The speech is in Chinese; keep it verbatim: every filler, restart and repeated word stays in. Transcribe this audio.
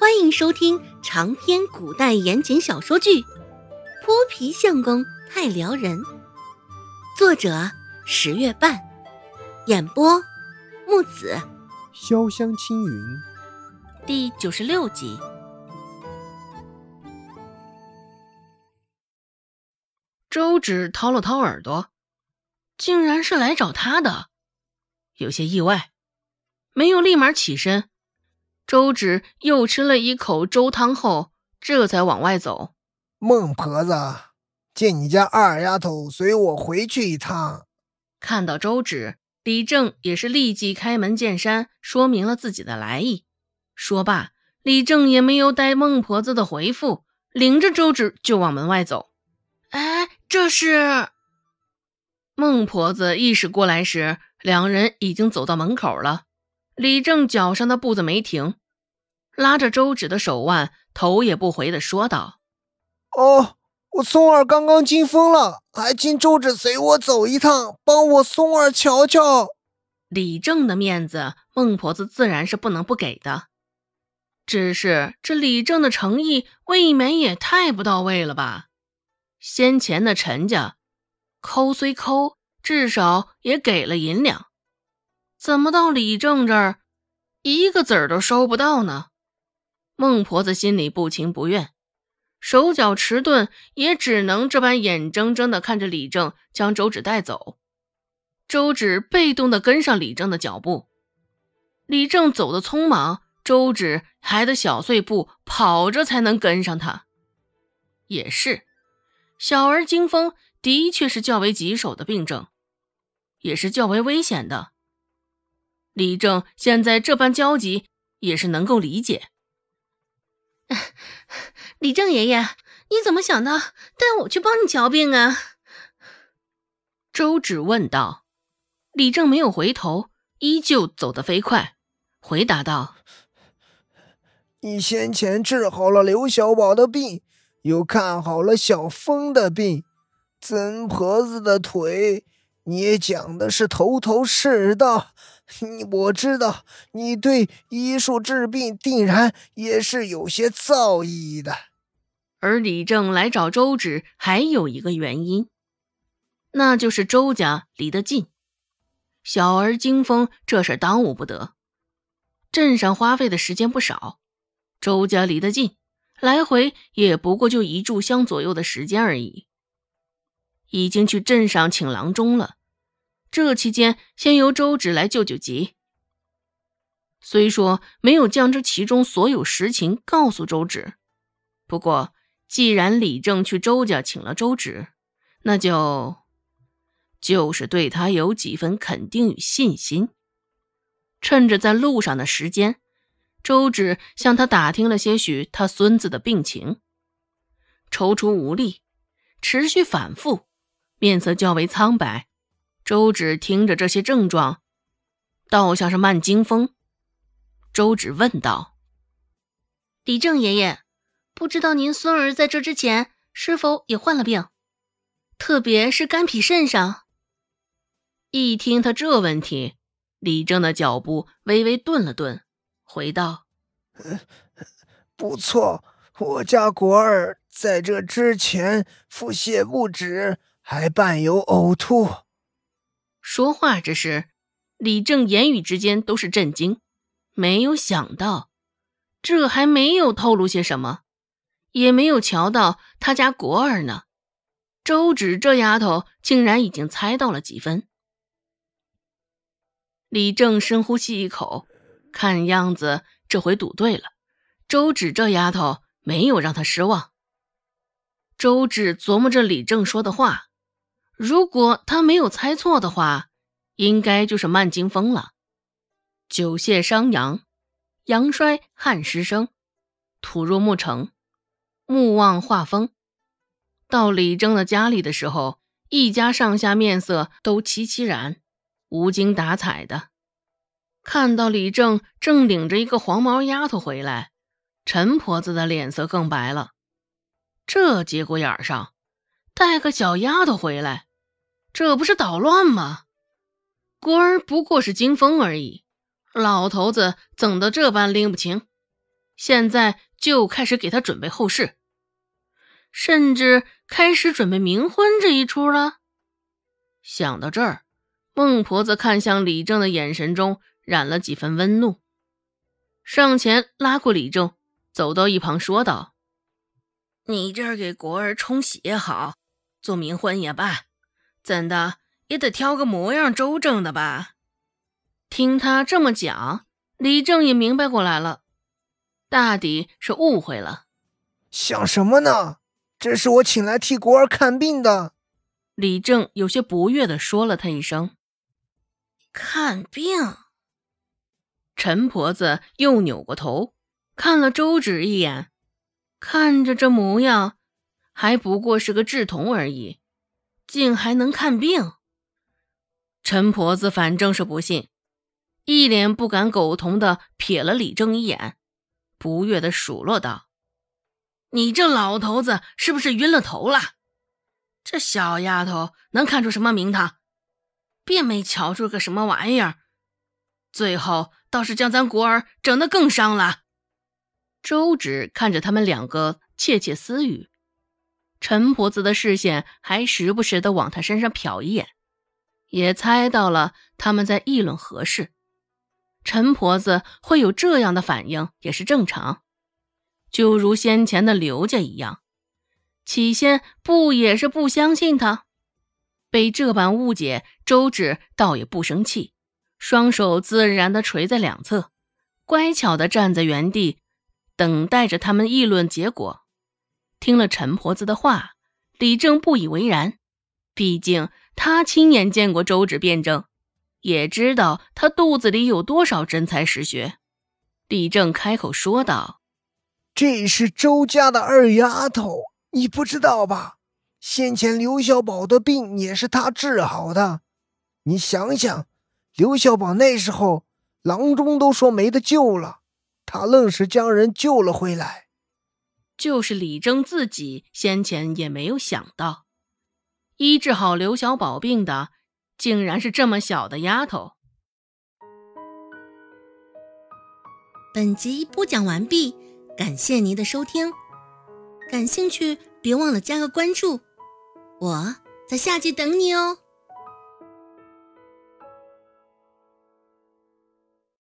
欢迎收听长篇古代言情小说剧《泼皮相公太撩人》，作者十月半，演播木子， 潇湘青云， 第九十六集。 周芷掏了掏耳朵，竟然是来找他的，有些意外，没有立马起身。周芷又吃了一口粥汤后，这才往外走。 孟婆子，借你家二丫头随我回去一趟。 看到周芷，李正也是立即开门见山说明了自己的来意。说罢，李正也没有待孟婆子的回复，领着周芷就往门外走。哎，这是……孟婆子意识过来时，两人已经走到门口了。李正脚上的步子没停，拉着周芷的手腕，头也不回地说道： 哦，我松儿刚刚惊风了，还请周芷随我走一趟，帮我松儿瞧瞧。 李正的面子，孟婆子自然是不能不给的。只是这李正的诚意未免也太不到位了吧？先前的陈家抠虽抠，至少也给了银两，怎么到李正这儿一个子儿都收不到呢？孟婆子心里不情不愿，手脚迟钝，也只能这般眼睁睁地看着李正将周芷带走。周芷被动地跟上李正的脚步，李正走得匆忙，周芷还得小碎步跑着才能跟上他。也是，小儿惊风的确是较为棘手的病症，也是较为危险的。李正现在这般焦急，也是能够理解。 李正爷爷，你怎么想到带我去帮你瞧病啊？ 周芷问道。李正没有回头，依旧走得飞快，回答道： 你先前治好了刘小宝的病，又看好了小峰的病，曾婆子的腿你也讲的是头头是道，我知道你对医术治病定然也是有些造诣的。 而李正来找周芷还有一个原因，那就是周家离得近，小儿惊风这事耽误不得。镇上花费的时间不少，周家离得近，来回也不过就一炷香左右的时间而已。已经去镇上请郎中了，这期间先由周芷来救救急。虽说没有将这其中所有实情告诉周芷，不过既然李正去周家请了周芷，那就就是对他有几分肯定与信心。趁着在路上的时间，周芷向他打听了些许他孙子的病情，踌躇无力，持续反复，面色较为苍白。周芷听着这些症状，倒像是慢惊风。周芷问道： 李正爷爷，不知道您孙儿在这之前是否也患了病，特别是肝脾肾上？ 一听他这问题，李正的脚步微微顿了顿，回道： 不错，我家国儿在这之前腹泻不止，还伴有呕吐。 说话之时，李正言语之间都是震惊，没有想到这还没有透露些什么，也没有瞧到他家国儿呢。周芷这丫头竟然已经猜到了几分。李正深呼吸一口，看样子这回赌对了，周芷这丫头没有让他失望。周芷琢磨着李正说的话，如果他没有猜错的话，应该就是慢惊风了。久泻伤阳，阳衰汗湿生，土入木成，木旺化风。到李正的家里的时候，一家上下面色都凄凄然，无精打采的。看到李正正领着一个黄毛丫头回来，陈婆子的脸色更白了。这节骨眼上带个小丫头回来，这不是捣乱吗？国儿不过是惊风而已，老头子怎的这般拎不清？ 现在就开始给他准备后事，甚至开始准备冥婚这一出了。想到这儿，孟婆子看向李正的眼神中染了几分温怒，上前拉过李正，走到一旁说道：你这儿给国儿冲喜也好，做冥婚也罢，怎的也得挑个模样周正的吧。听他这么讲，李正也明白过来了，大抵是误会了。 想什么呢？这是我请来替国儿看病的。 李正有些不悦地说了他一声。看病？陈婆子又扭过头看了周芷一眼，看着这模样，还不过是个稚童而已，竟还能看病？陈婆子反正是不信，一脸不敢苟同地瞥了李正一眼，不悦地数落道：你这老头子是不是晕了头了？这小丫头能看出什么名堂？便没瞧出个什么玩意儿，最后倒是将咱国儿整得更伤了。周芷看着他们两个窃窃私语，陈婆子的视线还时不时地往他身上瞟一眼，也猜到了他们在议论何事。陈婆子会有这样的反应也是正常，就如先前的刘家一样，起先不也是不相信他？被这般误解，周芷倒也不生气，双手自然地垂在两侧，乖巧地站在原地，等待着他们议论结果。听了陈婆子的话，李正不以为然，毕竟他亲眼见过周芷辩证，也知道他肚子里有多少真才实学。李正开口说道： 这是周家的二丫头，你不知道吧？先前刘小宝的病也是他治好的。你想想，刘小宝那时候郎中都说没得救了，他愣是将人救了回来。 就是李正自己先前也没有想到，医治好刘小宝病的竟然是这么小的丫头。 本集播讲完毕，感谢您的收听。感兴趣别忘了加个关注，我在下集等你哦。